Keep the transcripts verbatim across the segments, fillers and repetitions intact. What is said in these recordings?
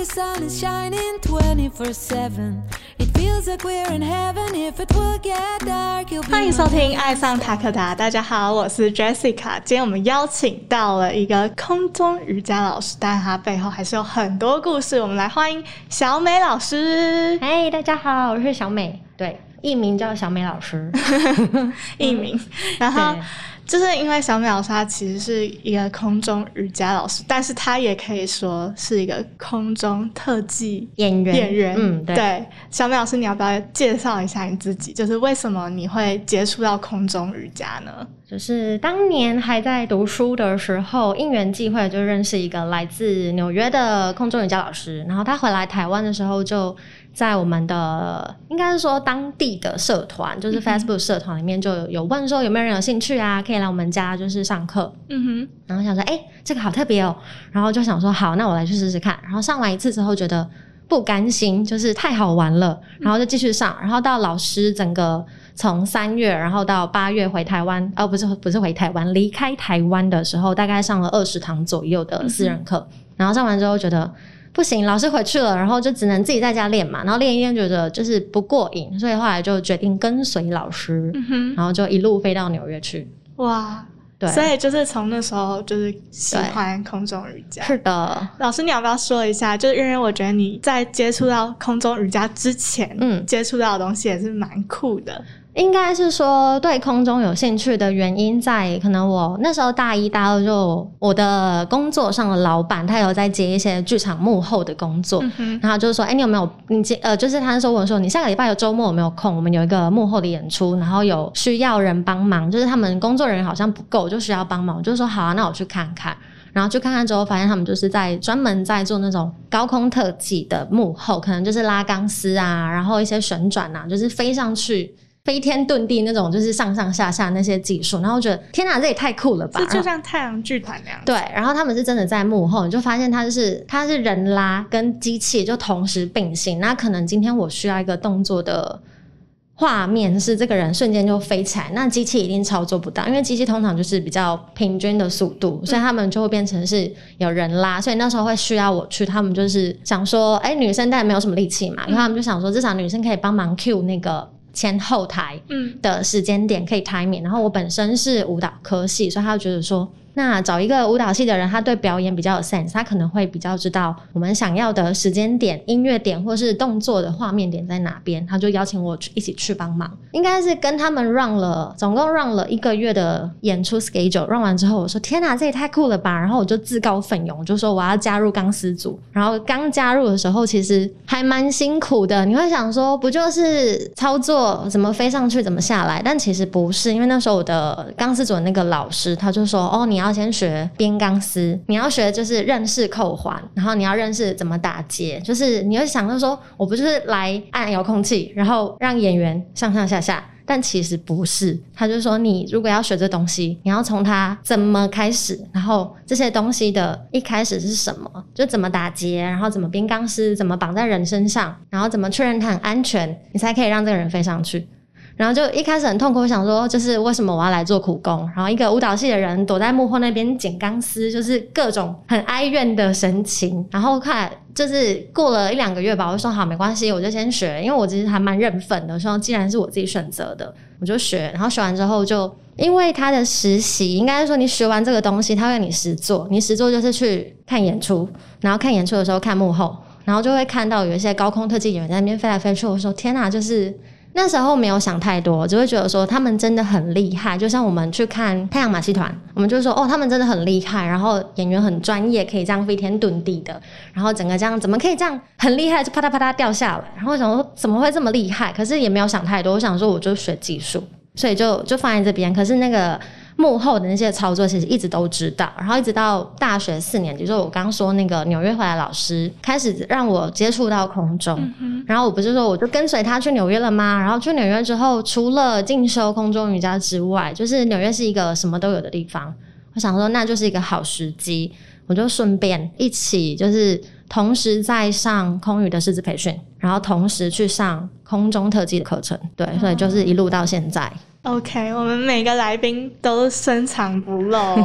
the sun is shining twenty-four seven. It feels like we're in heaven. If it will get dark, you'll be 欢迎收听爱上塔克达，大家好，我是 Jessica。今天我们邀请到了一个空中瑜伽老师，但他背后还是有很多故事。我们来欢迎小美老师。 嗨，大家好，我是小美，对，艺名叫小美老师， 艺名。然后就是因为小美老师她其实是一个空中瑜伽老师，但是她也可以说是一个空中特技演员。 演员， 嗯，对。 对，小美老师，你要不要介绍一下你自己？就是为什么你会接触到空中瑜伽呢？ 就是当年还在读书的时候，因缘际会就认识一个来自纽约的空中瑜伽老师，然后他回来台湾的时候就在我们的应该是说当地的社团，就是 Facebook 社团里面就有有问说有没有人有兴趣啊，可以来我们家就是上课。嗯哼，然后想说哎、欸，这个好特别哦，然后就想说好，那我来去试试看。然后上完一次之后觉得不甘心，就是太好玩了，然后就继续上。然后到老师整个从三月然后到八月回台湾，哦不是不是回台湾，离开台湾的时候，大概上了二十堂左右的私人课。嗯、然后上完之后觉得不行，老师回去了，然后就只能自己在家练嘛，然后练一练觉得就是不过瘾，所以后来就决定跟随老师，嗯、然后就一路飞到纽约去。 哇！对，所以就是从那时候就是喜欢空中瑜伽。 是的， 老师你要不要说一下，就是因为我觉得你在接触到空中瑜伽之前，嗯，接触到的东西也是蛮酷的。 应该是说对空中有兴趣的原因在可能我那时候大一大二就我的工作上的老板他有在接一些剧场幕后的工作、嗯、然后就是说哎、欸，你有没有你呃就是他那时候问我说你下个礼拜有周末有没有空，我们有一个幕后的演出，然后有需要人帮忙，就是他们工作人员好像不够就需要帮忙，我就说好啊，那我去看看。然后去看看之后发现他们就是在专门在做那种高空特技的幕后，可能就是拉钢丝啊，然后一些旋转啊，就是飞上去飞天遁地那种，就是上上下下那些技术，然后我觉得天哪，这也太酷了吧！ 这就像太阳剧团那样子。 对，然后他们是真的在幕后，你就发现他就是他是人拉跟机器就同时并行。那可能今天我需要一个动作的画面是这个人瞬间就飞起来，那机器一定操作不到，因为机器通常就是比较平均的速度，所以他们就会变成是有人拉，所以那时候会需要我去，他们就是想说哎、欸，女生当然没有什么力气嘛，因为他们就想说至少女生可以帮忙 cue 那个前后台的时间点可以 timing、嗯、然后我本身是舞蹈科系，所以他就觉得说那找一个舞蹈系的人，他对表演比较有 sense， 他可能会比较知道我们想要的时间点、音乐点或是动作的画面点在哪边，他就邀请我去一起去帮忙。应该是跟他们 run 了总共 run 了一个月的演出 schedule， run 完之后我说天哪，这也太酷了吧，然后我就自告奋勇，我就说我要加入钢丝组。然后刚加入的时候其实还蛮辛苦的，你会想说不就是操作怎么飞上去怎么下来，但其实不是，因为那时候我的钢丝组的那个老师他就说哦，你要先学编钢丝，你要学就是认识扣环，然后你要认识怎么打结，就是你会想到说我不就是来按遥控器然后让演员上上下下，但其实不是，他就说你如果要学这东西，你要从它怎么开始，然后这些东西的一开始是什么，就怎么打结，然后怎么编钢丝，怎么绑在人身上，然后怎么确认它很安全，你才可以让这个人飞上去。然后就一开始很痛苦，想说就是为什么我要来做苦工，然后一个舞蹈系的人躲在幕后那边剪钢丝，就是各种很哀怨的神情。然后看就是过了一两个月吧，我就说好没关系，我就先学，因为我其实还蛮认份的，说既然是我自己选择的我就学。然后学完之后就因为他的实习，应该是说你学完这个东西他会让你实作，你实作就是去看演出，然后看演出的时候看幕后，然后就会看到有一些高空特技演员在那边飞来飞去，我说天哪，就是那时候没有想太多，只会觉得说他们真的很厉害，就像我们去看太阳马戏团，我们就说哦，他们真的很厉害，然后演员很专业，可以这样飞天遁地的，然后整个这样怎么可以这样很厉害，就啪嗒啪嗒掉下来，然后我想说怎么会这么厉害，可是也没有想太多，我想说我就学技术，所以就就放在这边。可是那个幕后的那些操作其实一直都知道，然后一直到大学四年级，就是我刚刚说那个纽约回来老师开始让我接触到空中、嗯、然后我不是说我就跟随他去纽约了吗？然后去纽约之后除了进修空中瑜伽之外，就是纽约是一个什么都有的地方，我想说那就是一个好时机，我就顺便一起就是同时在上空余的师资培训，然后同时去上空中特技的课程，对，所以就是一路到现在。 OK， 我们每个来宾都深藏不露、哦、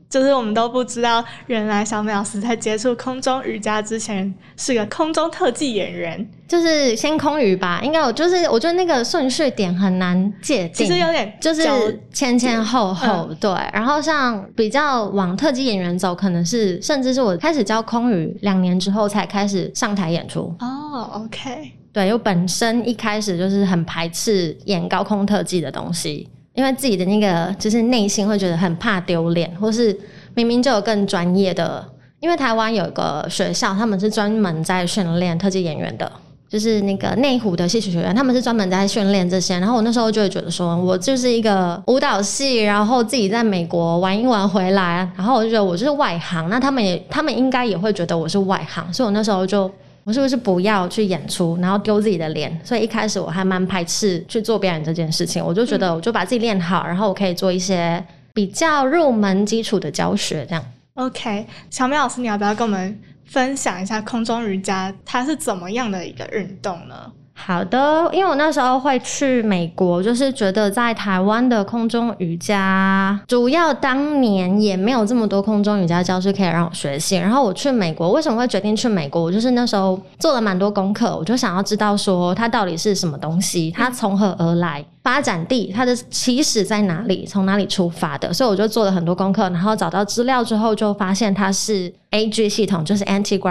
就是我们都不知道，原来小美老师在接触空中瑜伽之前是个空中特技演员， 就是先空瑜吧，应该有，就是我觉得那个顺序点很难界定， 其实有点就是前前后后、嗯、对。然后像比较往特技演员走，可能是甚至是我开始教空瑜两年之后才开始上台演出。 哦 OK， 对，我本身一开始就是很排斥演高空特技的东西，因为自己的那个就是内心会觉得很怕丢脸，或是明明就有更专业的，因为台湾有一个学校他们是专门在训练特技演员的，就是那个内湖的戏曲学院，他们是专门在训练这些。然后我那时候就会觉得说，我就是一个舞蹈系，然后自己在美国玩一玩回来，然后我就觉得我就是外行，那他们也他们应该也会觉得我是外行，所以我那时候就我是不是不要去演出，然后丢自己的脸？所以一开始我还蛮排斥去做表演这件事情，我就觉得我就把自己练好，然后我可以做一些比较入门基础的教学这样。 OK， 小美老师，你要不要跟我们分享一下空中瑜伽它是怎么样的一个运动呢？ 好的，因为我那时候会去美国，就是觉得在台湾的空中瑜伽主要当年也没有这么多空中瑜伽教室可以让我学习，然后我去美国为什么会决定去美国，我就是那时候做了蛮多功课，我就想要知道说它到底是什么东西，它从何而来，发展地它的起始在哪里，从哪里出发的，所以我就做了很多功课，然后找到资料之后就发现它是 A G 系统，就是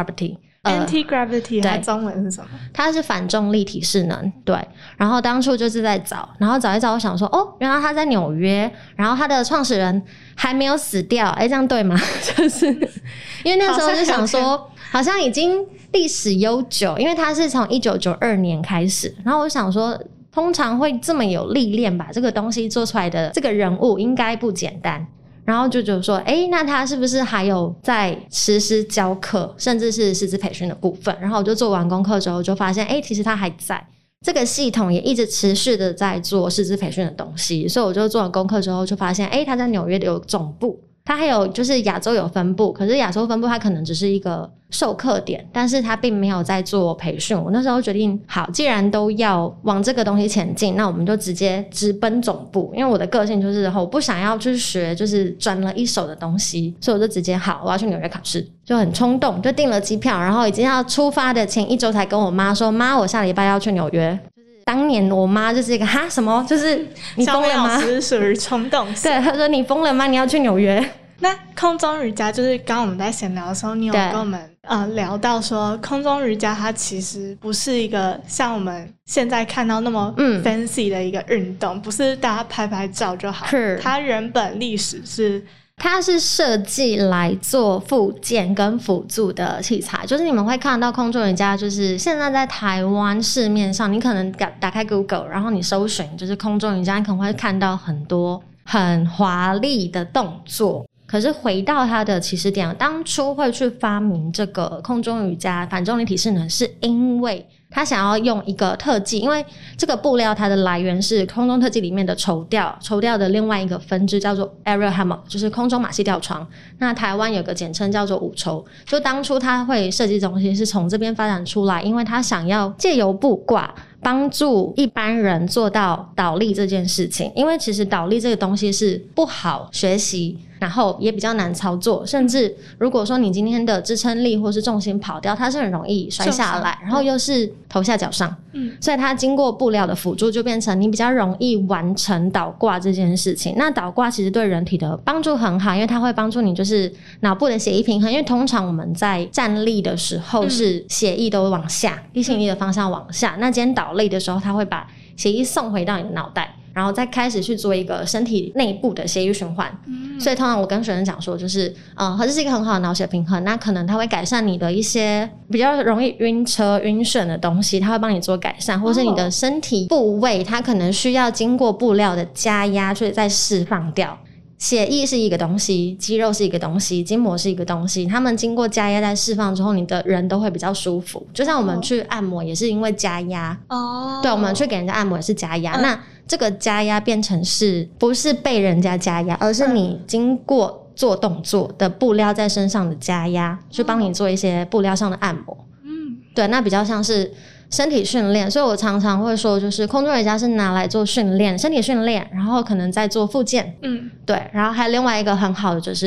Anti-Gravity。Anti-Gravity 它中文是什么？它是反重力体适能，对。然后当初就是在找，然后找一找，我想说，哦，原来他在纽约，然后他的创始人还没有死掉，哎，这样对吗？就是因为那时候就想说，好像已经历史悠久，因为他是从一九九二年开始，然后我想说，通常会这么有历练把这个东西做出来的这个人物应该不简单。然后就觉得说，诶，那他是不是还有在实施教课，甚至是师资培训的部分？然后我就做完功课之后就发现，诶，其实他还在，这个系统也一直持续的在做师资培训的东西。所以我就做完功课之后就发现，诶，他在纽约有总部，他还有就是亚洲有分部，可是亚洲分部他可能只是一个授课点，但是他并没有在做培训。我那时候决定，好，既然都要往这个东西前进，那我们就直接直奔总部。因为我的个性就是我不想要去学就是专了一手的东西，所以我就直接好，我要去纽约考试，就很冲动就订了机票，然后已经要出发的前一周才跟我妈说，妈，我下礼拜要去纽约。当年我妈就是一个哈什么，就是你疯了吗？ 小美老师属于冲动型。 对，她说你疯了吗？你要去纽约？ 那空中瑜伽就是刚刚我们在闲聊的时候，你有跟我们呃聊到说，空中瑜伽它其实不是一个像我们现在看到那么 fancy 的一个运动，嗯、不是大家拍拍照就好。是它原本历史是。 它是设计来做复健跟辅助的器材，就是你们会看到空中瑜伽，就是现在在台湾市面上，你可能打开 Google， 然后你搜寻就是空中瑜伽，你可能会看到很多很华丽的动作。可是回到它的起始点，当初会去发明这个空中瑜伽反重力体适能，是因为他想要用一个特技，因为这个布料它的来源是空中特技里面的绸吊，绸吊的另外一个分支叫做 aerial hammock， 就是空中马戏吊床。那台湾有个简称叫做舞绸，就当初他会设计这东西是从这边发展出来，因为他想要借由布挂帮助一般人做到倒立这件事情。因为其实倒立这个东西是不好学习，然后也比较难操作，甚至如果说你今天的支撑力或是重心跑掉，它是很容易摔下来，然后又是头下脚上，嗯，所以它经过布料的辅助，就变成你比较容易完成倒挂这件事情。那倒挂其实对人体的帮助很好，因为它会帮助你就是脑部的血液平衡，因为通常我们在站立的时候是血液都往下，地心引力的方向往下，那今天倒立的时候，它会把血液送回到你的脑袋，然后再开始去做一个身体内部的血液循环、嗯、所以通常我跟学生讲说就是嗯，这是一个很好的脑血平衡，那可能它会改善你的一些比较容易晕车晕眩的东西，它会帮你做改善，或是你的身体部位它可能需要经过布料的加压所以再释放掉。血液是一个东西，肌肉是一个东西，筋膜是一个东西，他们经过加压在释放之后，你的人都会比较舒服。就像我们去按摩也是因为加压哦，对，我们去给人家按摩也是加压、嗯、那这个加压变成是不是被人家加压，而是你经过做动作的布料在身上的加压，去帮你做一些布料上的按摩。嗯，对，那比较像是身体训练，所以我常常会说就是空中瑜伽是拿来做训练，身体训练，然后可能再做复健。嗯，对，然后还有另外一个很好的就是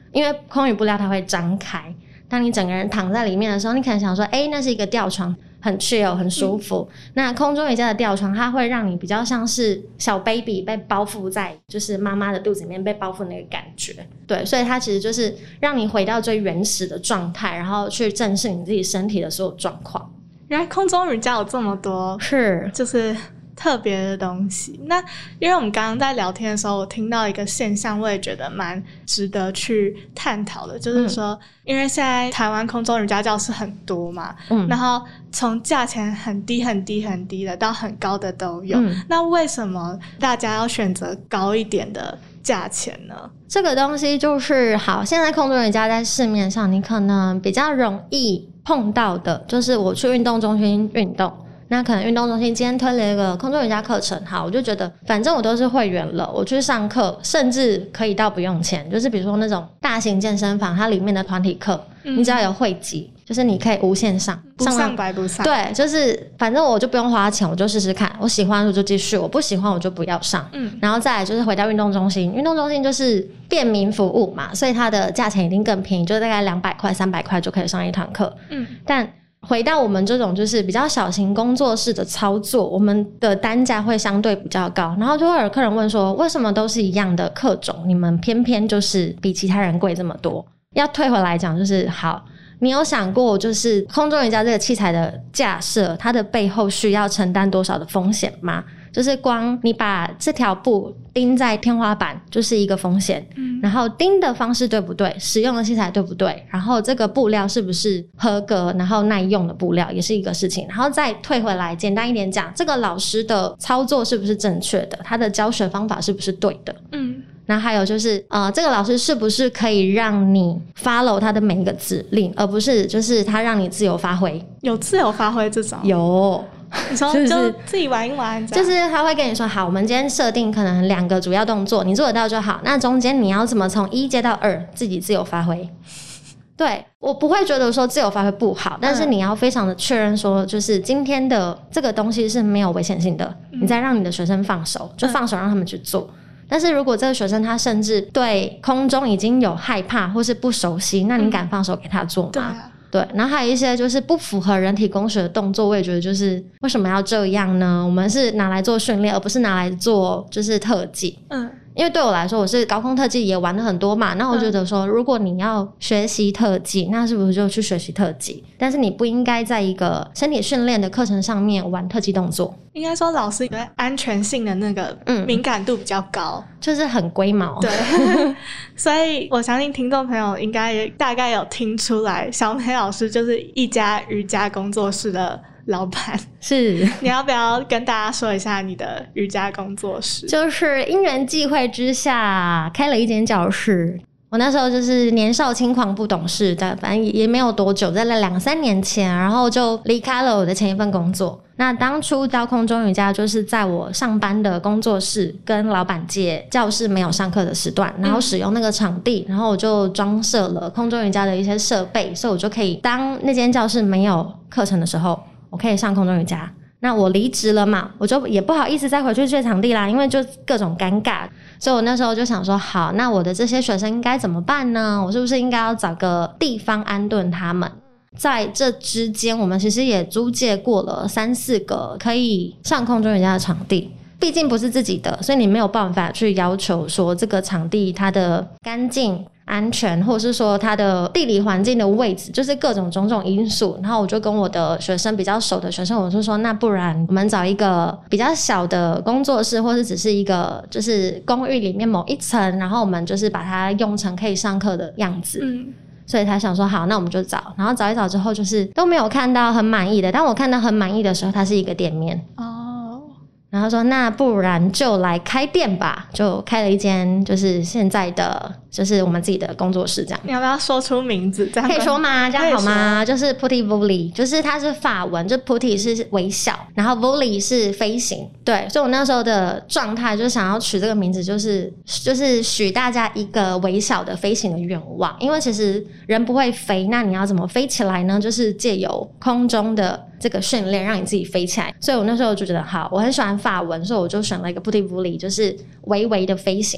因为空余布料它会张开，当你整个人躺在里面的时候，你可能想说诶那是一个吊床，很 chill 很舒服、嗯、那空中瑜伽的吊床它会让你比较像是小 baby 被包覆在就是妈妈的肚子里面被包覆那个感觉，对，所以它其实就是让你回到最原始的状态，然后去正视你自己身体的所有状况。 原来空中瑜伽有这么多是就是特别的东西。那因为我们刚刚在聊天的时候，我听到一个现象，我也觉得蛮值得去探讨的，就是说、嗯、因为现在台湾空中瑜伽教室很多嘛、嗯、然后从价钱很低很低很低的到很高的都有、嗯、那为什么大家要选择高一点的价钱呢？ 这个东西就是好，现在空中瑜伽在市面上你可能比较容易碰到的就是我去运动中心运动，那可能运动中心今天推了一个空中瑜伽课程，好，我就觉得反正我都是会员了，我去上课甚至可以到不用钱，就是比如说那种大型健身房它里面的团体课、嗯、你只要有会籍就是你可以无限上， 不上白不上， 对，就是反正我就不用花钱，我就试试看，我喜欢我就继续，我不喜欢我就不要上、嗯、然后再来就是回到运动中心，运动中心就是便民服务嘛，所以它的价钱一定更便宜，就大概两百块三百块就可以上一堂课、嗯、但回到我们这种就是比较小型工作室的操作，我们的单价会相对比较高，然后就会有客人问说为什么都是一样的课种，你们偏偏就是比其他人贵这么多。要退回来讲就是好，你有想过就是空中瑜伽这个器材的架设它的背后需要承担多少的风险吗？就是光你把这条布钉在天花板就是一个风险、嗯、然后钉的方式对不对，使用的器材对不对，然后这个布料是不是合格然后耐用的布料也是一个事情，然后再退回来简单一点讲，这个老师的操作是不是正确的，他的教学方法是不是对的，嗯，然后还有就是呃，这个老师是不是可以让你 follow 他的每一个指令，而不是就是他让你自由发挥。 有自由发挥这种？ 有， 你说就自己玩一玩， 就是他会跟你说好，我们今天设定可能两个主要动作，你做得到就好，那中间你要怎么从一接到二自己自由发挥。对，我不会觉得说自由发挥不好，但是你要非常的确认说就是今天的这个东西是没有危险性的、嗯、你再让你的学生放手，就放手让他们去做、嗯，但是如果这个学生他甚至对空中已经有害怕或是不熟悉，那你敢放手给他做吗？嗯，对啊，对，然后还有一些就是不符合人体工学的动作，我也觉得就是为什么要这样呢？我们是拿来做训练而不是拿来做就是特技。嗯，因为对我来说我是高空特技也玩了很多嘛，那我觉得说如果你要学习特技，那是不是就去学习特技，但是你不应该在一个身体训练的课程上面玩特技动作。 应该说老师对安全性的那个敏感度比较高、嗯、 就是很龟毛。 对所以我相信听众朋友应该也大概有听出来，小美老师就是一家瑜伽工作室的老板。 是， 你要不要跟大家说一下你的瑜伽工作室？ 就是因缘际会之下开了一间教室，我那时候就是年少轻狂不懂事，但反正也没有多久，在两三年前，然后就离开了我的前一份工作。那当初到空中瑜伽就是在我上班的工作室跟老板借教室没有上课的时段，然后使用那个场地，然后我就装设了空中瑜伽的一些设备，所以我就可以当那间教室没有课程的时候，我可以上空中瑜伽。那我离职了嘛，我就也不好意思再回去借场地啦，因为就各种尴尬，所以我那时候就想说好，那我的这些学生应该怎么办呢？我是不是应该要找个地方安顿他们？在这之间我们其实也租借过了三四个可以上空中瑜伽的场地，毕竟不是自己的，所以你没有办法去要求说这个场地它的干净安全，或者是说它的地理环境的位置，就是各种种种因素。然后我就跟我的学生比较熟的学生，我就说那不然我们找一个比较小的工作室，或是只是一个就是公寓里面某一层，然后我们就是把它用成可以上课的样子。嗯，所以他想说好，那我们就找，然后找一找之后就是都没有看到很满意的，当我看到很满意的时候它是一个店面哦，然后说那不然就来开店吧，就开了一间就是现在的就是我们自己的工作室这样。 你要不要说出名字？这样可以说吗？这样好吗？就是 Putti Voli， 就是它是法文，就 Putti 是微笑，然后 Voli 是飞行。对，所以我那时候的状态就是想要取这个名字，就是就是许大家一个微小的飞行的愿望。因为其实人不会飞，那你要怎么飞起来呢？就是借由空中的这个训练让你自己飞起来。所以我那时候就觉得好，我很喜欢法文，所以我就选了一个 Putti Voli， 就是微微的飞行。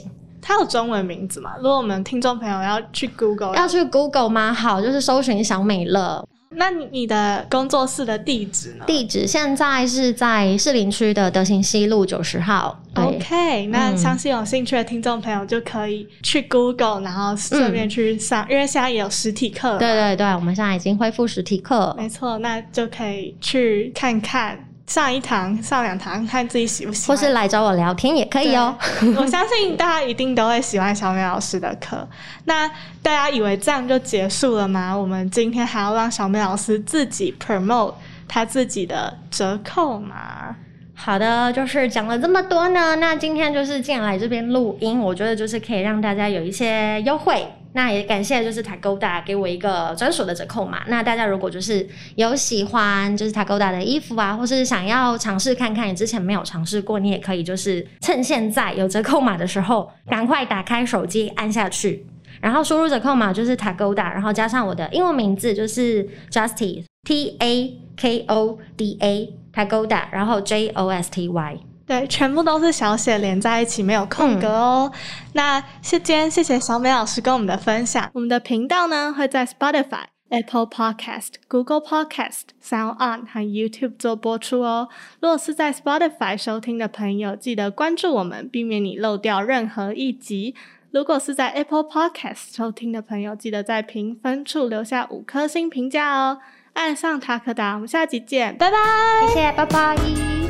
它有中文名字吗？如果我们听众朋友要去 Google， 要去 Google 吗？好，就是搜寻小美乐。 那你的工作室的地址呢？ 地址现在是在士林区的德行西路九十号。 OK， 那相信有兴趣的听众朋友就可以去 Google， 然后顺便去上、嗯，因为现在也有实体课了。 对对对，我们现在已经恢复实体课。 没错，那就可以去看看。上一堂上两堂看自己喜不喜欢， 或是来找我聊天也可以哦。 我相信大家一定都会喜欢小美老师的课。那大家以为这样就结束了吗？我们今天还要让小美老师自己 promote 她自己的折扣码。 好的，就是讲了这么多呢，那今天就是既然来这边录音，我觉得就是可以让大家有一些优惠。那也感谢就是 Tagoda 给我一个专属的折扣码。那大家如果就是有喜欢就是 Tagoda 的衣服啊，或是想要尝试看看，你之前没有尝试过，你也可以就是趁现在有折扣码的时候，赶快打开手机按下去，然后输入折扣码就是 Tagoda， 然后加上我的英文名字就是 Justy T A K O D A Tagoda， 然后 J O S T Y。 对，全部都是小写连在一起，没有空格哦。嗯、那今天谢谢小美老师跟我们的分享。我们的频道呢会在 Spotify、Apple Podcast、Google Podcast、SoundOn 和 YouTube 做播出哦。如果是在 Spotify 收听的朋友，记得关注我们，避免你漏掉任何一集。如果是在 Apple Podcast 收听的朋友，记得在评分处留下五颗星评价哦。爱上塔可达，我们下集见，拜拜。 谢谢，拜拜。